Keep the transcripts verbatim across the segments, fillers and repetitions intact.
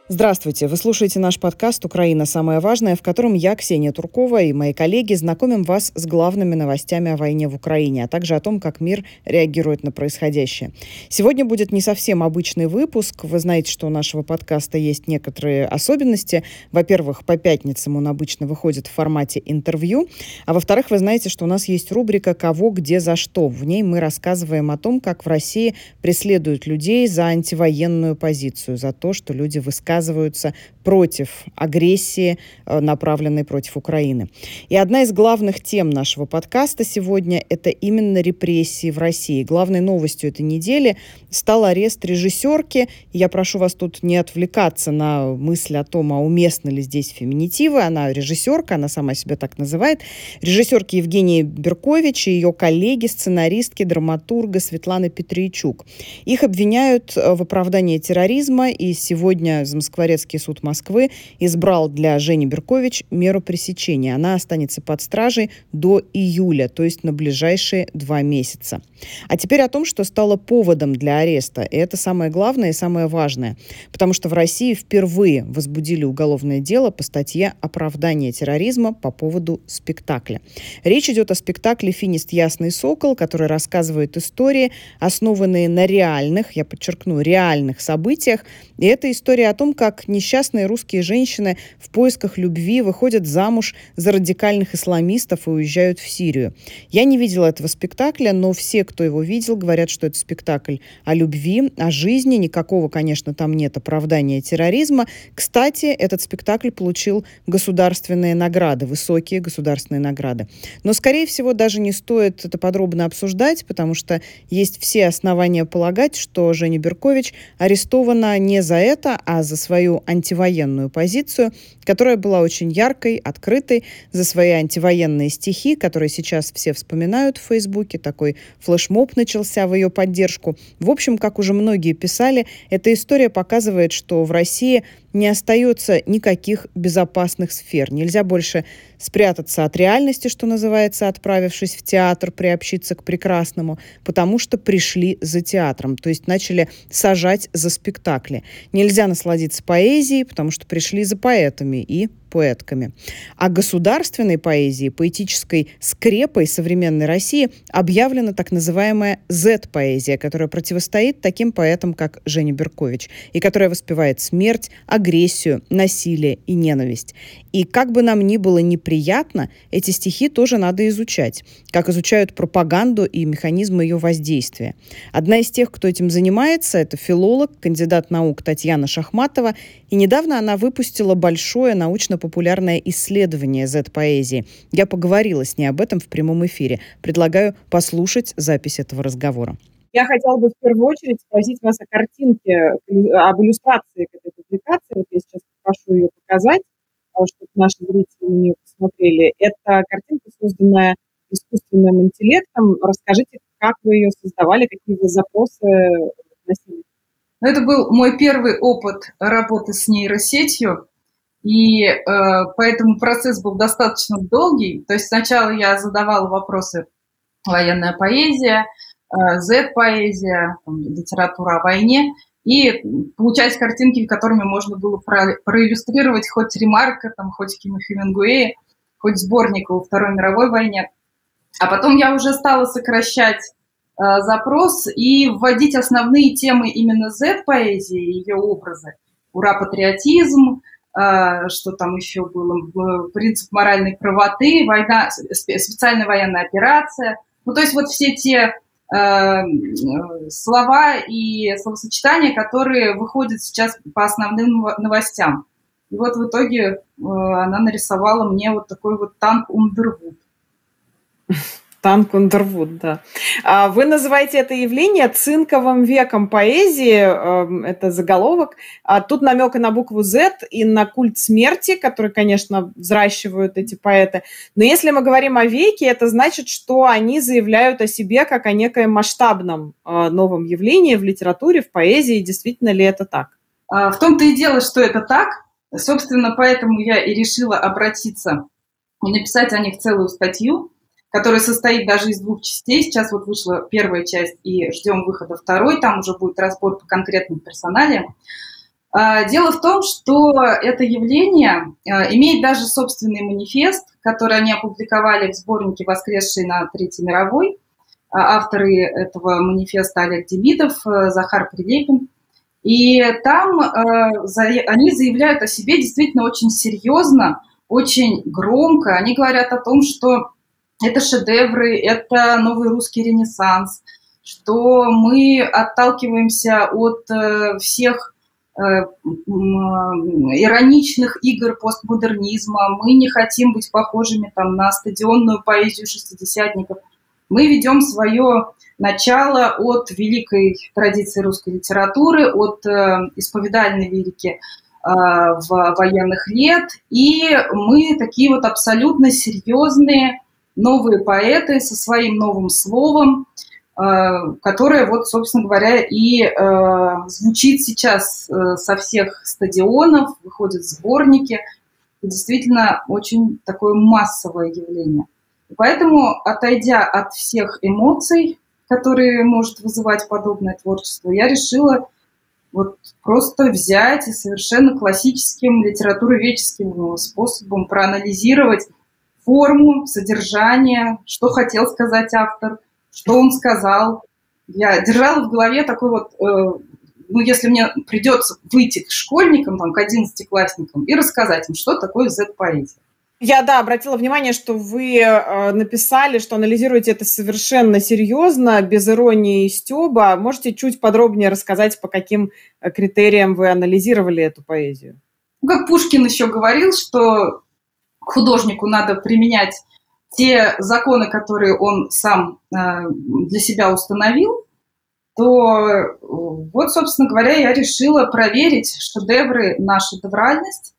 Здравствуйте! Вы слушаете наш подкаст «Украина. Самое важное», в котором я, Ксения Туркова, и мои коллеги знакомим вас с главными новостями о войне в Украине, а также о том, как мир реагирует на происходящее. Сегодня будет не совсем обычный выпуск. Вы знаете, что у нашего подкаста есть некоторые особенности. Во-первых, по пятницам он обычно выходит в формате интервью. А во-вторых, вы знаете, что у нас есть рубрика «Кого, где, за что». В ней мы рассказываем о том, как в России преследуют людей за антивоенную позицию, за то, что люди высказываются оказываются против агрессии, направленной против Украины. И одна из главных тем нашего подкаста сегодня – это именно репрессии в России. Главной новостью этой недели стал арест режиссерки. Я прошу вас тут не отвлекаться на мысль о том, а уместны ли здесь феминитивы. Она режиссерка, она сама себя так называет. Режиссерки Евгении Беркович и ее коллеги, сценаристки, драматурга Светланы Петрийчук. Их обвиняют в оправдании терроризма, и сегодня Москворецкий суд Москвы избрал для Жени Беркович меру пресечения. Она останется под стражей до июля, то есть на ближайшие два месяца. А теперь о том, что стало поводом для ареста. И это самое главное и самое важное. Потому что в России впервые возбудили уголовное дело по статье «Оправдание терроризма» по поводу спектакля. Речь идет о спектакле «Финист. Ясный сокол», который рассказывает истории, основанные на реальных, я подчеркну, реальных событиях. И это история о том, как несчастные русские женщины в поисках любви выходят замуж за радикальных исламистов и уезжают в Сирию. Я не видела этого спектакля, но все, кто его видел, говорят, что это спектакль о любви, о жизни. Никакого, конечно, там нет оправдания терроризма. Кстати, этот спектакль получил государственные награды, высокие государственные награды. Но, скорее всего, даже не стоит это подробно обсуждать, потому что есть все основания полагать, что Женя Беркович арестована не за это, а за свою антивоенную позицию, которая была очень яркой, открытой, за свои антивоенные стихи, которые сейчас все вспоминают в Фейсбуке. Такой флешмоб начался в ее поддержку. В общем, как уже многие писали, эта история показывает, что в России не остается никаких безопасных сфер. Нельзя больше спрятаться от реальности, что называется, отправившись в театр, приобщиться к прекрасному, потому что пришли за театром, то есть начали сажать за спектакли. Нельзя насладиться поэзией, потому что пришли за поэтами и поэтками. А государственной поэзией, поэтической скрепой современной России объявлена так называемая зет-поэзия, которая противостоит таким поэтам, как Женя Беркович, и которая воспевает смерть, агрессию, насилие и ненависть. И как бы нам ни было неприятно, эти стихи тоже надо изучать, как изучают пропаганду и механизмы ее воздействия. Одна из тех, кто этим занимается, это филолог, кандидат наук Татьяна Шахматова, и недавно она выпустила большое научно-популярное исследование зет-поэзии. Я поговорила с ней об этом в прямом эфире. Предлагаю послушать запись этого разговора. Я хотела бы в первую очередь спросить вас о картинке, об иллюстрации к этой публикации. Вот я сейчас прошу ее показать, чтобы наши зрители на нее посмотрели. Это картинка, созданная искусственным интеллектом. Расскажите, как вы ее создавали, какие вы запросы вносили? Это был мой первый опыт работы с нейросетью, и э, поэтому процесс был достаточно долгий. То есть сначала я задавала вопросы: военная поэзия, э, зет-поэзия, там, литература о войне, и получались картинки, которыми можно было про, проиллюстрировать хоть Ремарка, там, хоть Кима Хемингуэя, хоть сборник о Второй мировой войне. А потом я уже стала сокращать запрос и вводить основные темы именно зет-поэзии, ее образы. Ура-патриотизм, что там еще было, принцип моральной правоты, война, специальная военная операция. Ну, то есть вот все те э, слова и словосочетания, которые выходят сейчас по основным новостям. И вот в итоге э, она нарисовала мне вот такой вот танк Ундервуд. Танк Ундервуд, да. А вы называете это явление цинковым веком поэзии, это заголовок. А тут намек и на букву Z, и на культ смерти, который, конечно, взращивают эти поэты. Но если мы говорим о веке, это значит, что они заявляют о себе как о некоем масштабном новом явлении в литературе, в поэзии. Действительно ли это так? В том-то и дело, что это так. Собственно, поэтому я и решила обратиться и написать о них целую статью, которая состоит даже из двух частей. Сейчас вот вышла первая часть, и ждем выхода второй. Там уже будет разбор по конкретным персоналиям. Дело в том, что это явление имеет даже собственный манифест, который они опубликовали в сборнике «Воскресший на Третьей мировой». Авторы этого манифеста Олег Демидов, Захар Прилепин. И там они заявляют о себе действительно очень серьезно, очень громко. Они говорят о том, что это шедевры, это новый русский ренессанс, что мы отталкиваемся от всех ироничных игр постмодернизма, мы не хотим быть похожими там, на стадионную поэзию шестидесятников. Мы ведем свое начало от великой традиции русской литературы, от э, исповедальной лирики э, в военных лет, и мы такие вот абсолютно серьезные новые поэты со своим новым словом, которая, вот, собственно говоря, и э, звучит сейчас э, со всех стадионов, выходят сборники. Это действительно очень такое массовое явление. И поэтому, отойдя от всех эмоций, которые может вызывать подобное творчество, я решила вот просто взять и совершенно классическим литературоведческим способом проанализировать форму, содержание, что хотел сказать автор, что он сказал. Я держала в голове такой вот, э, ну, если мне придется выйти к школьникам, там, к одиннадцатиклассникам и рассказать им, что такое зет-поэзия. Я, да, обратила внимание, что вы э, написали, что анализируете это совершенно серьезно, без иронии и стёба. Можете чуть подробнее рассказать, по каким критериям вы анализировали эту поэзию? Ну, как Пушкин еще говорил, что художнику надо применять те законы, которые он сам э, для себя установил, то вот, собственно говоря, я решила проверить шедевры на шедевральность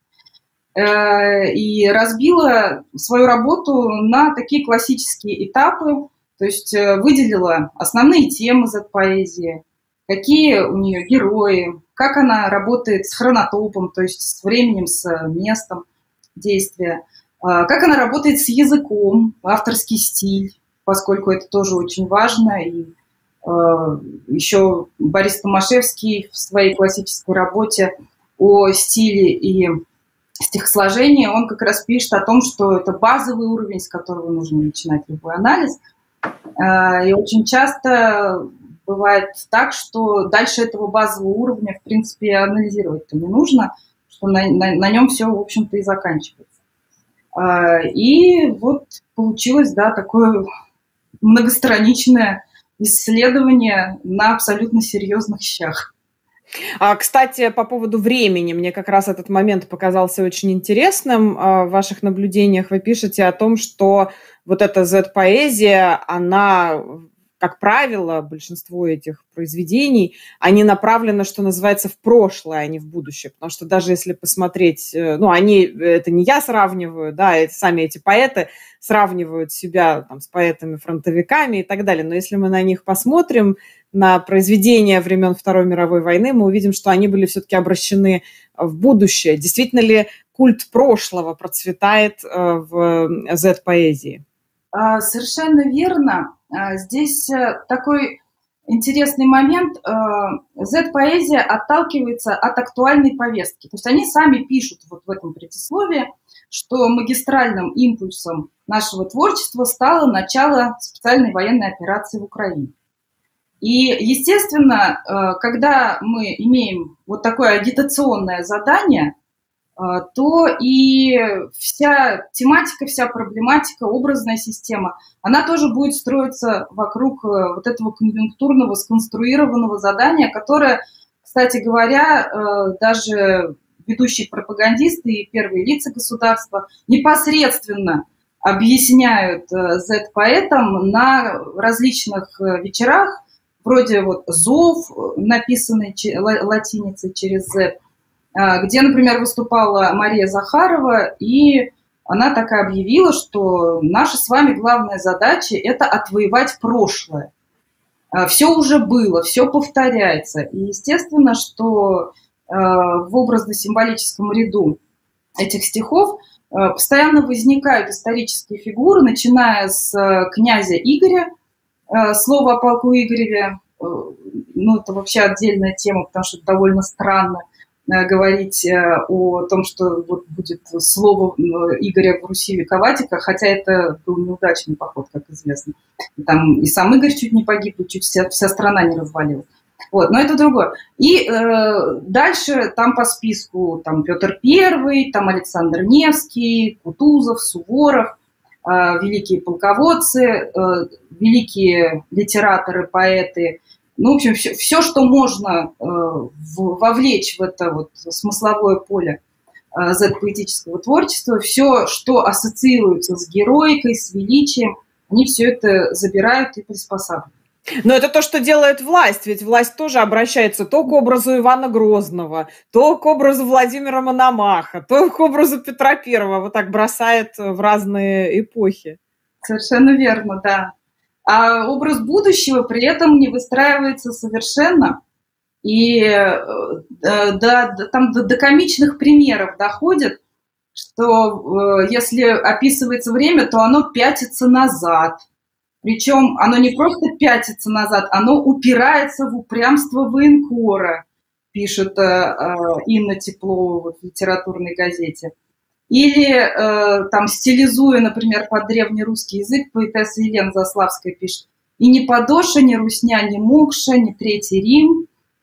э, и разбила свою работу на такие классические этапы, то есть э, выделила основные темы зет-поэзии, какие у нее герои, как она работает с хронотопом, то есть с временем, с местом действия, как она работает с языком, авторский стиль, поскольку это тоже очень важно. И э, еще Борис Томашевский в своей классической работе о стиле и стихосложении, он как раз пишет о том, что это базовый уровень, с которого нужно начинать любой анализ. Э, и очень часто бывает так, что дальше этого базового уровня, в принципе, анализировать-то не нужно, что на, на, на нем все, в общем-то, и заканчивается. И вот получилось, да, такое многостраничное исследование на абсолютно серьезных щах. А, кстати, по поводу времени, мне как раз этот момент показался очень интересным. В ваших наблюдениях вы пишете о том, что вот эта зет-поэзия, она, как правило, большинство этих произведений, они направлены, что называется, в прошлое, а не в будущее. Потому что даже если посмотреть, ну, они, это не я сравниваю, да, это сами эти поэты сравнивают себя там, с поэтами-фронтовиками и так далее. Но если мы на них посмотрим, на произведения времен Второй мировой войны, мы увидим, что они были все-таки обращены в будущее. Действительно ли культ прошлого процветает в зет-поэзии? Совершенно верно. Здесь такой интересный момент. Зет-поэзия отталкивается от актуальной повестки. То есть они сами пишут вот в этом предисловии, что магистральным импульсом нашего творчества стало начало специальной военной операции в Украине. И, естественно, когда мы имеем вот такое агитационное задание, то и вся тематика, вся проблематика, образная система, она тоже будет строиться вокруг вот этого конъюнктурного, сконструированного задания, которое, кстати говоря, даже ведущие пропагандисты и первые лица государства непосредственно объясняют зет-поэтам на различных вечерах, вроде вот «Зов», написанный латиницей через «зет», где, например, выступала Мария Захарова, и она так и объявила, что наша с вами главная задача – это отвоевать прошлое. Все уже было, все повторяется. И естественно, что в образно-символическом ряду этих стихов постоянно возникают исторические фигуры, начиная с князя Игоря, слово о полку Игореве, ну, это вообще отдельная тема, потому что это довольно странно. говорить о том, что вот будет слово Игоря в Руси вековатика, хотя это был неудачный поход, как известно. Там и сам Игорь чуть не погиб, и чуть вся, вся страна не развалилась. Вот, но это другое. И э, дальше там по списку там Петр Первый, там Александр Невский, Кутузов, Суворов, э, великие полководцы, э, великие литераторы, поэты. Ну, в общем, все, все что можно э, в, вовлечь в это вот смысловое поле э, зет-поэтического творчества, все, что ассоциируется с героикой, с величием, они все это забирают и приспосабливают. Но это то, что делает власть, ведь власть тоже обращается то к образу Ивана Грозного, то к образу Владимира Мономаха, то к образу Петра Первого, вот так бросает в разные эпохи. Совершенно верно, да. А образ будущего при этом не выстраивается совершенно. И э, до, там до, до комичных примеров доходит, что э, если описывается время, то оно пятится назад. Причем оно не просто пятится назад, оно упирается в упрямство военкора, пишет э, э, Инна Теплова вот, в литературной газете. Или э, там, стилизуя, например, под древнерусский язык, поэтесса Елена Заславская пишет: «И ни Подоша, ни Русня, ни Мокша, ни Третий Рим,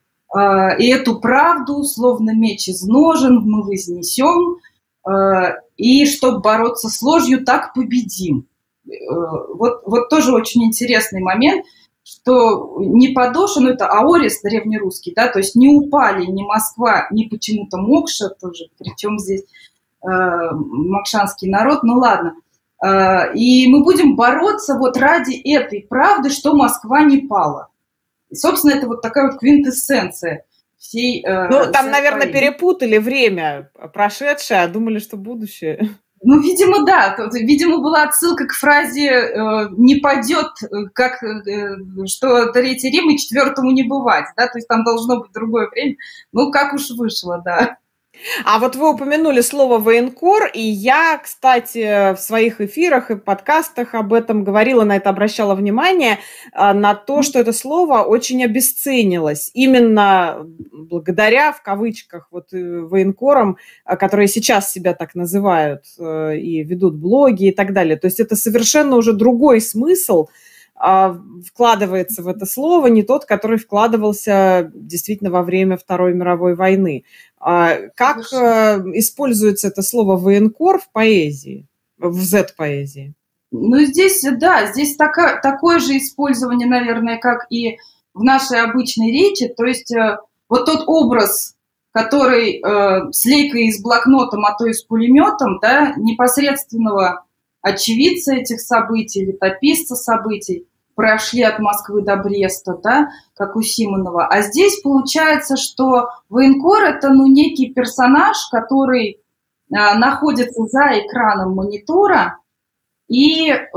э, и эту правду, словно меч из ножен, мы вознесем, э, и чтоб бороться с ложью, так победим». Вот, вот тоже очень интересный момент, что не Подоша, но это аорис древнерусский, да, то есть не упали ни Москва, ни почему-то Мокша тоже, причем здесь э, мокшанский народ, ну ладно. Э, и мы будем бороться вот ради этой правды, что Москва не пала. И, собственно, это вот такая вот квинтэссенция всей... Э, ну, там, наверное, перепутали время прошедшее, а думали, что будущее... Ну, видимо, да. Видимо, была отсылка к фразе э, «не падет, как, э, что Третий Рим и четвертому не бывать». Да? То есть там должно быть другое время. Ну, как уж вышло, да. А вот вы упомянули слово «военкор», и я, кстати, в своих эфирах и подкастах об этом говорила, на это обращала внимание, на то, что это слово очень обесценилось. Именно благодаря, в кавычках, вот военкорам, которые сейчас себя так называют и ведут блоги и так далее. То есть это совершенно уже другой смысл вкладывается в это слово, не тот, который вкладывался действительно во время Второй мировой войны. Как используется это слово «военкор» в поэзии, в зет-поэзии? Ну, здесь, да, здесь така, такое же использование, наверное, как и в нашей обычной речи. То есть вот тот образ, который э, с лейкой и с блокнотом, а то и с пулеметом, да, непосредственного очевидца этих событий, летописца событий, прошли от Москвы до Бреста, да, как у Симонова. А здесь получается, что военкор – это ну, некий персонаж, который а, находится за экраном монитора и э,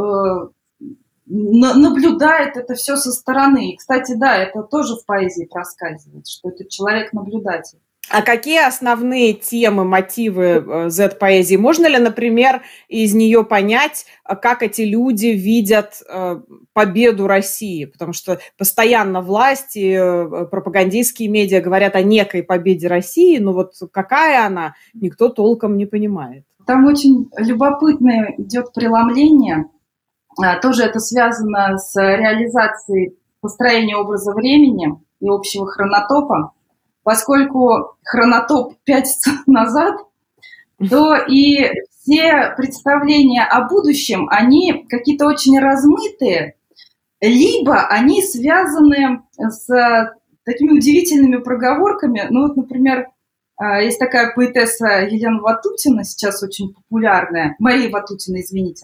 на, наблюдает это все со стороны. И, кстати, да, это тоже в поэзии проскальзывает, что это человек-наблюдатель. А какие основные темы, мотивы зет-поэзии? Можно ли, например, из нее понять, как эти люди видят победу России? Потому что постоянно власти, пропагандистские медиа говорят о некой победе России, но вот какая она, никто толком не понимает. Там очень любопытное идет преломление. Тоже это связано с реализацией построения образа времени и общего хронотопа. Поскольку хронотоп пятится назад, то и все представления о будущем, они какие-то очень размытые, либо они связаны с такими удивительными проговорками. Ну вот, например, есть такая поэтесса Елена Ватутина, сейчас очень популярная, Мария Ватутина, извините,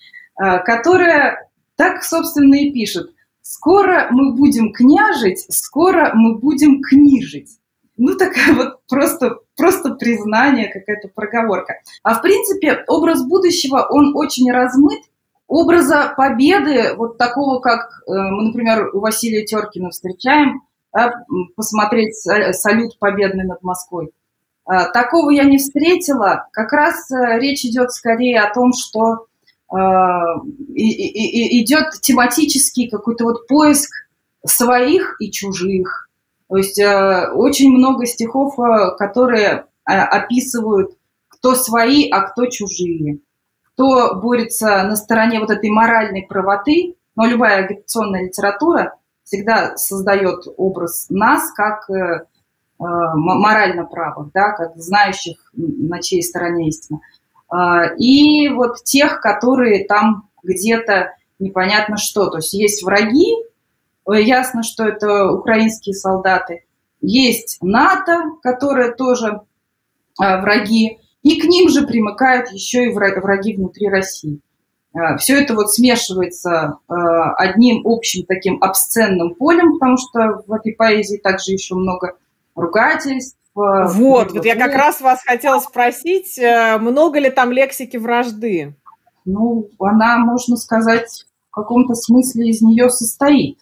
которая так, собственно, и пишет: «Скоро мы будем княжить, скоро мы будем книжить». Ну, такая вот просто, просто признание, какая-то проговорка. А в принципе, образ будущего, он очень размыт. Образа победы, вот такого, как мы, например, у Василия Теркина встречаем, да, посмотреть салют победный над Москвой. Такого я не встретила. Как раз речь идет скорее о том, что идет тематический какой-то вот поиск своих и чужих, То есть э, очень много стихов, э, которые э, описывают, кто свои, а кто чужие, кто борется на стороне вот этой моральной правоты, но любая агитационная литература всегда создает образ нас как э, э, морально правых, да, как знающих, на чьей стороне истина. Э, и вот тех, которые там где-то непонятно что. То есть есть враги, ясно, что это украинские солдаты, есть НАТО, которые тоже э, враги, и к ним же примыкают еще и враги внутри России. Все это вот смешивается э, одним общим таким обсценным полем, потому что в этой поэзии также еще много ругательств. Э, вот, вот я как раз вас хотела спросить, э, много ли там лексики вражды? Ну, она, можно сказать, в каком-то смысле из нее состоит.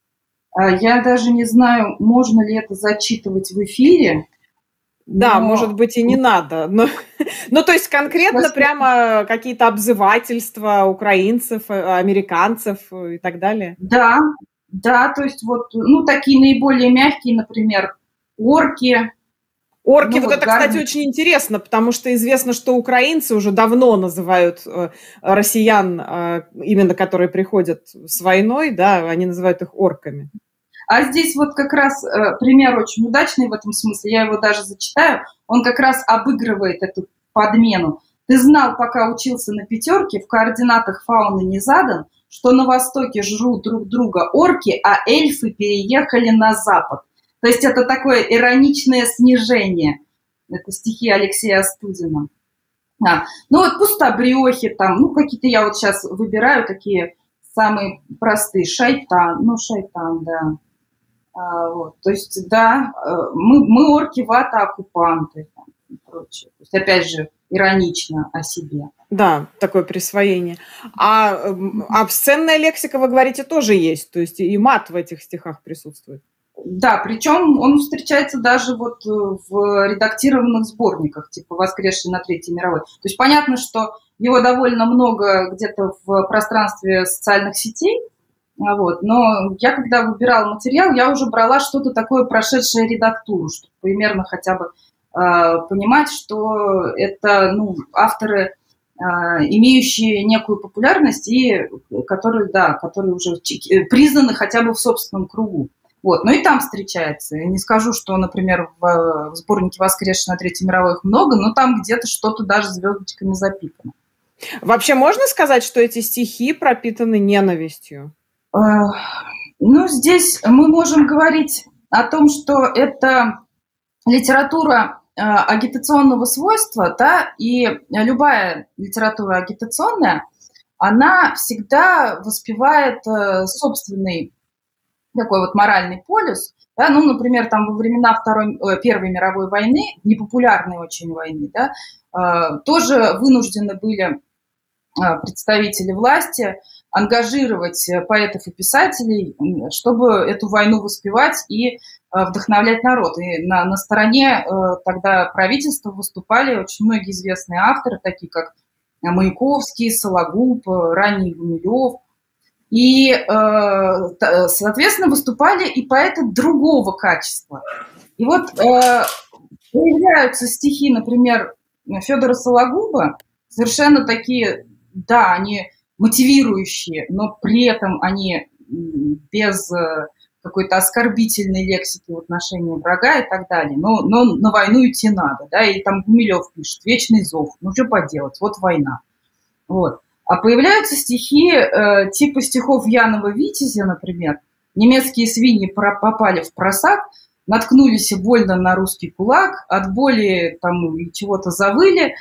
Я даже не знаю, можно ли это зачитывать в эфире. Да, но... может быть, и не надо. Но... ну, то есть конкретно Просто... прямо какие-то обзывательства украинцев, американцев и так далее? Да, да, то есть вот, ну, такие наиболее мягкие, например, орки. Орки, ну, вот, вот это, гарни... кстати, очень интересно, потому что известно, что украинцы уже давно называют э, россиян, э, именно которые приходят с войной, да, они называют их орками. А здесь вот как раз э, пример очень удачный в этом смысле, я его даже зачитаю, он как раз обыгрывает эту подмену. Ты знал, пока учился на пятерке, в координатах фауны не задан, что на востоке жрут друг друга орки, а эльфы переехали на запад. То есть это такое ироничное снижение. Это стихи Алексея Остудина. А, ну вот пустобрехи там, ну какие-то я вот сейчас выбираю, такие самые простые. Шайтан, ну шайтан, да. А, вот, то есть, да, мы, мы орки, вата, оккупанты там, и прочее. То есть, опять же, иронично о себе. Да, такое присвоение. А обсценная лексика, вы говорите, тоже есть, то есть и мат в этих стихах присутствует. Да, причем он встречается даже вот в редактированных сборниках, типа «Воскресший на Третьей мировой». То есть понятно, что его довольно много где-то в пространстве социальных сетей, вот. Но я, когда выбирала материал, я уже брала что-то такое, прошедшее редактуру, чтобы примерно хотя бы э, понимать, что это ну, авторы, э, имеющие некую популярность и которые, да, которые уже признаны хотя бы в собственном кругу. Вот. Но и там встречается. Я не скажу, что, например, в, в сборнике «Воскресший на Третьей мировой» их много, но там где-то что-то даже звездочками запикано. Вообще можно сказать, что эти стихи пропитаны ненавистью? Ну, здесь мы можем говорить о том, что это литература агитационного свойства, да, и любая литература агитационная, она всегда воспевает собственный такой вот моральный полюс. Да, ну, например, там во времена Второй, Первой мировой войны, непопулярной очень войны, да, тоже вынуждены были представители власти ангажировать поэтов и писателей, чтобы эту войну воспевать и вдохновлять народ. И на, на стороне тогда правительства выступали очень многие известные авторы, такие как Маяковский, Сологуб, ранний Гумилев. И, соответственно, выступали и поэты другого качества. И вот появляются стихи, например, Федора Сологуба, совершенно такие, да, они мотивирующие, но при этом они без какой-то оскорбительной лексики в отношении врага и так далее. Но, но на войну идти надо, да, и там Гумилев пишет «Вечный зов», ну что поделать, вот война. Вот. А появляются стихи э, типа стихов Янова «Витязя», например. «Немецкие свиньи попали в просак, наткнулись больно на русский кулак, от боли там чего-то завыли,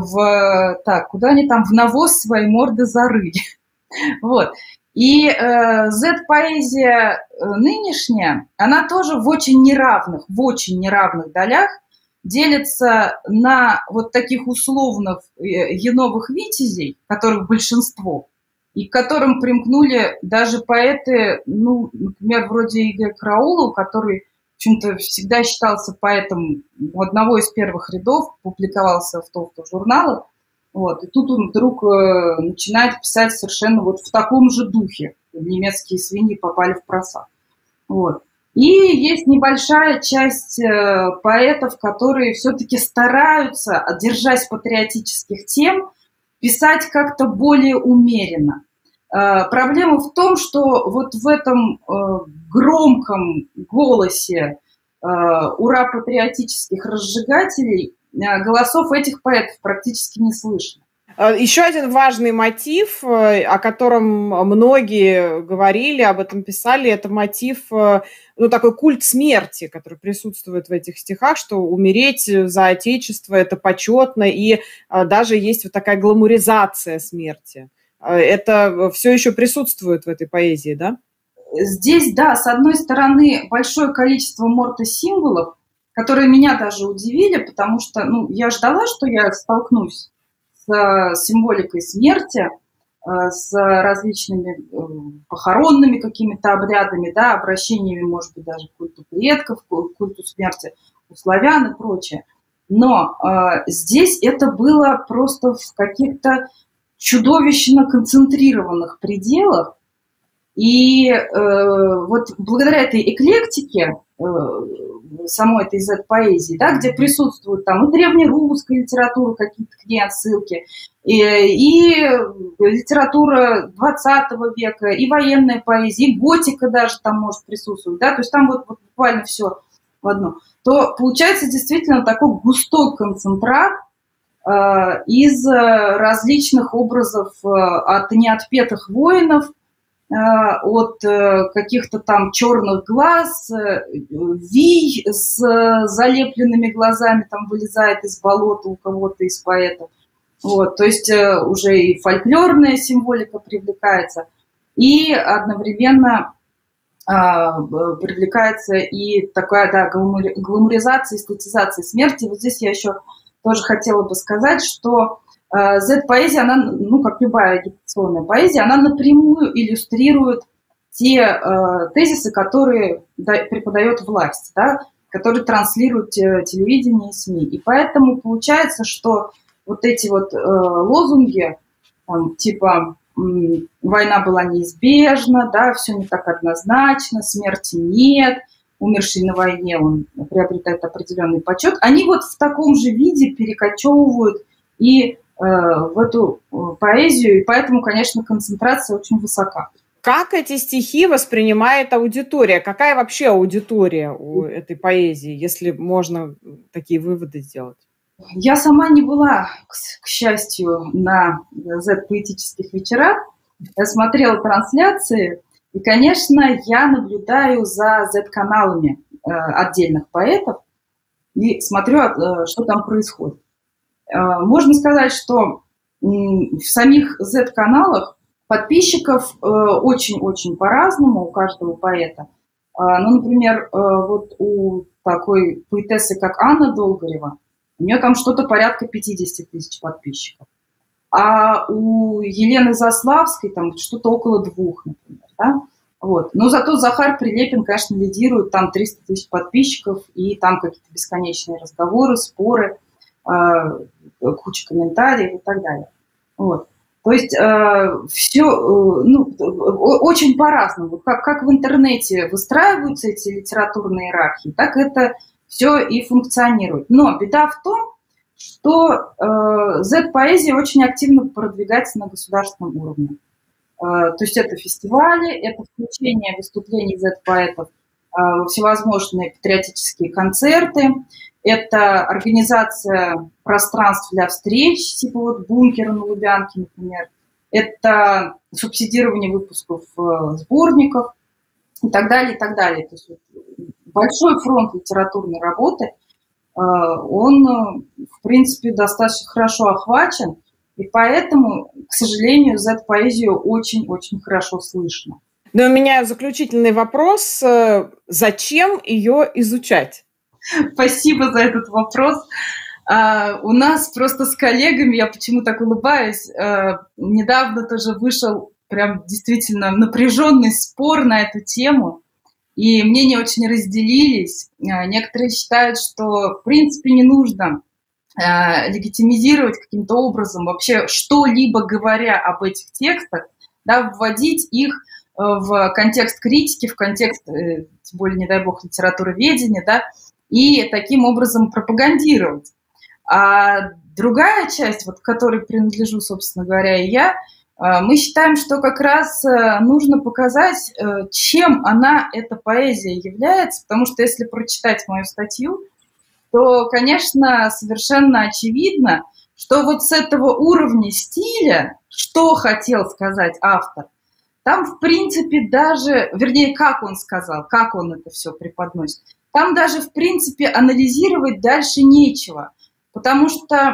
в, так, куда они там, в навоз свои морды зарыли». Вот. И э, зет-поэзия нынешняя, она тоже в очень неравных, в очень неравных долях делится на вот таких условных еновых витязей, которых большинство, и к которым примкнули даже поэты, ну, например, вроде Игоря Караулова, который, в общем-то, всегда считался поэтом одного из первых рядов, публиковался в толстых журналах. Вот. И тут он вдруг э, начинает писать совершенно вот в таком же духе. Немецкие свиньи попали в просак. Вот. И есть небольшая часть поэтов, которые все-таки стараются, держась патриотических тем, писать как-то более умеренно. Проблема в том, что вот в этом громком голосе ура патриотических разжигателей голосов этих поэтов практически не слышно. Еще один важный мотив, о котором многие говорили, об этом писали, это мотив, ну, такой культ смерти, который присутствует в этих стихах, что умереть за Отечество – это почетно, и даже есть вот такая гламуризация смерти. Это все еще присутствует в этой поэзии, да? Здесь, да, с одной стороны, большое количество мортосимволов, которые меня даже удивили, потому что, ну, я ждала, что я столкнусь с символикой смерти, с различными похоронными какими-то обрядами, да, обращениями, может быть, даже к культу предков, к культу смерти у славян и прочее. Но э, здесь это было просто в каких-то чудовищно концентрированных пределах. И э, вот благодаря этой эклектике э, самой этой Z-поэзии, да, где присутствуют там и древнерусская литература, какие-то к ней отсылки, и, и литература двадцатого века, и военная поэзия, и готика даже там может присутствовать, да, то есть там вот, вот буквально все в одно, то получается действительно такой густой концентрат э, из различных образов э, от неотпетых воинов, от каких-то там черных глаз, вий с залепленными глазами там вылезает из болота у кого-то из поэтов. Вот, то есть уже и фольклорная символика привлекается, и одновременно а, привлекается и такая, да, гламуризация, эстетизация смерти. Вот здесь я еще тоже хотела бы сказать, что Z-поэзия, она, ну, как любая агитационная поэзия, она напрямую иллюстрирует те э, тезисы, которые да, преподает власть, да, которые транслируют телевидение и СМИ. И поэтому получается, что вот эти вот э, лозунги, там, типа «война была неизбежна», да, «все не так однозначно», «смерти нет», «умерший на войне, он приобретает определенный почет», они вот в таком же виде перекочевывают и в эту поэзию, и поэтому, конечно, концентрация очень высока. Как эти стихи воспринимает аудитория? Какая вообще аудитория у этой поэзии, если можно такие выводы сделать? Я сама не была, к счастью, на Z-поэтических вечерах. Я смотрела трансляции, и, конечно, я наблюдаю за Z-каналами отдельных поэтов и смотрю, что там происходит. Можно сказать, что в самих Z-каналах подписчиков очень-очень по-разному у каждого поэта. Ну, например, вот у такой поэтессы, как Анна Долгорева, у нее там что-то порядка пятьдесят тысяч подписчиков. А у Елены Заславской там что-то около двух, например. Да? Вот. Но зато Захар Прилепин, конечно, лидирует, там триста тысяч подписчиков, и там какие-то бесконечные разговоры, споры, куча комментариев и так далее. Вот. То есть э, все э, ну, очень по-разному. Как, как в интернете выстраиваются эти литературные иерархии, так это все и функционирует. Но беда в том, что э, Z-поэзия очень активно продвигается на государственном уровне. Э, то есть это фестивали, это включение выступлений Z-поэтов э, во всевозможные патриотические концерты, это организация пространств для встреч, типа вот бункера на Лубянке, например. Это субсидирование выпусков сборников и так далее, и так далее. То есть большой фронт литературной работы, он, в принципе, достаточно хорошо охвачен, и поэтому, к сожалению, Z-поэзию очень-очень хорошо слышно. Но у меня заключительный вопрос. Зачем ее изучать? Спасибо за этот вопрос. Uh, у нас просто с коллегами, я почему так улыбаюсь, uh, недавно тоже вышел прям действительно напряженный спор на эту тему, и мнения очень разделились. Uh, некоторые считают, что в принципе не нужно uh, легитимизировать каким-то образом вообще что-либо говоря об этих текстах, да, вводить их в контекст критики, в контекст, тем более, не дай бог, литературоведения, да, и таким образом пропагандировать. А другая часть, вот, к которой принадлежу, собственно говоря, и я, мы считаем, что как раз нужно показать, чем она, эта поэзия, является, потому что если прочитать мою статью, то, конечно, совершенно очевидно, что вот с этого уровня стиля, что хотел сказать автор, там, в принципе, даже, вернее, как он сказал, как он это все преподносит, там даже, в принципе, анализировать дальше нечего, потому что э,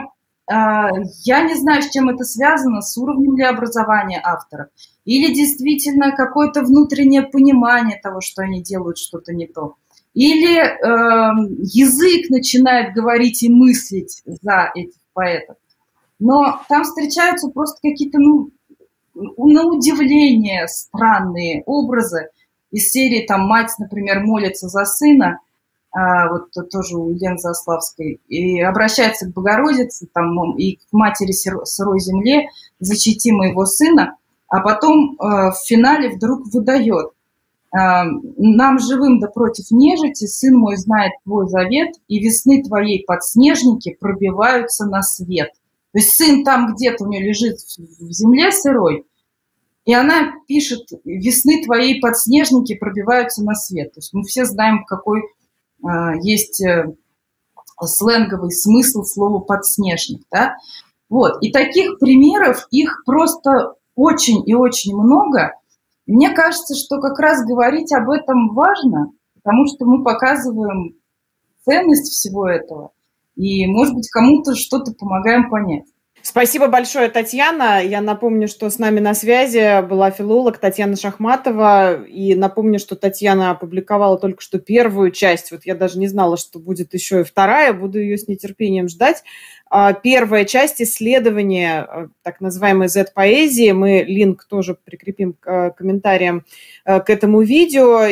я не знаю, с чем это связано, с уровнем ли образования автора, или действительно какое-то внутреннее понимание того, что они делают что-то не то, или э, язык начинает говорить и мыслить за этих поэтов. Но там встречаются просто какие-то, ну, на удивление странные образы из серии, там, мать, например, молится за сына, а, вот тоже у Елены Заславской, и обращается к Богородице, там, и к матери сырой земле, защити моего сына, а потом а, в финале вдруг выдает: а, нам живым да против нежити, сын мой знает твой завет, и весны твоей подснежники пробиваются на свет. То есть сын там где-то у нее лежит в земле сырой, и она пишет: весны твоей подснежники пробиваются на свет. То есть мы все знаем, какой э, есть э, сленговый смысл слова подснежник. Да? Вот. И таких примеров, их просто очень и очень много. И мне кажется, что как раз говорить об этом важно, потому что мы показываем ценность всего этого. И, может быть, кому-то что-то помогаем понять. Спасибо большое, Татьяна. Я напомню, что с нами на связи была филолог Татьяна Шахматова. И напомню, что Татьяна опубликовала только что первую часть. Вот я даже не знала, что будет еще и вторая. Буду ее с нетерпением ждать. Первая часть исследования так называемой зет-поэзии. Мы линк тоже прикрепим к комментариям к этому видео.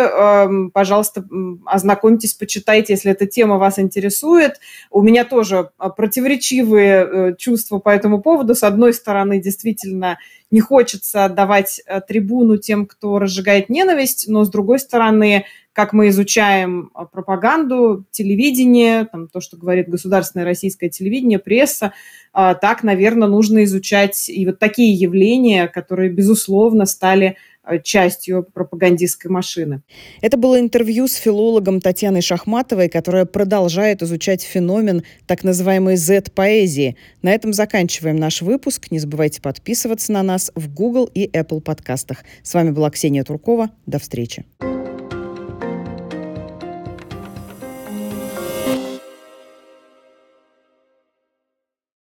И, пожалуйста, ознакомьтесь, почитайте, если эта тема вас интересует. У меня тоже противоречивые чувства по этому поводу. С одной стороны, действительно не хочется давать трибуну тем, кто разжигает ненависть, но с другой стороны, как мы изучаем пропаганду, телевидение, там, то, что говорит государственное российское телевидение, пресса, так, наверное, нужно изучать и вот такие явления, которые, безусловно, стали частью пропагандистской машины. Это было интервью с филологом Татьяной Шахматовой, которая продолжает изучать феномен так называемой зет-поэзии. На этом заканчиваем наш выпуск. Не забывайте подписываться на нас в Google и Apple подкастах. С вами была Ксения Туркова. До встречи.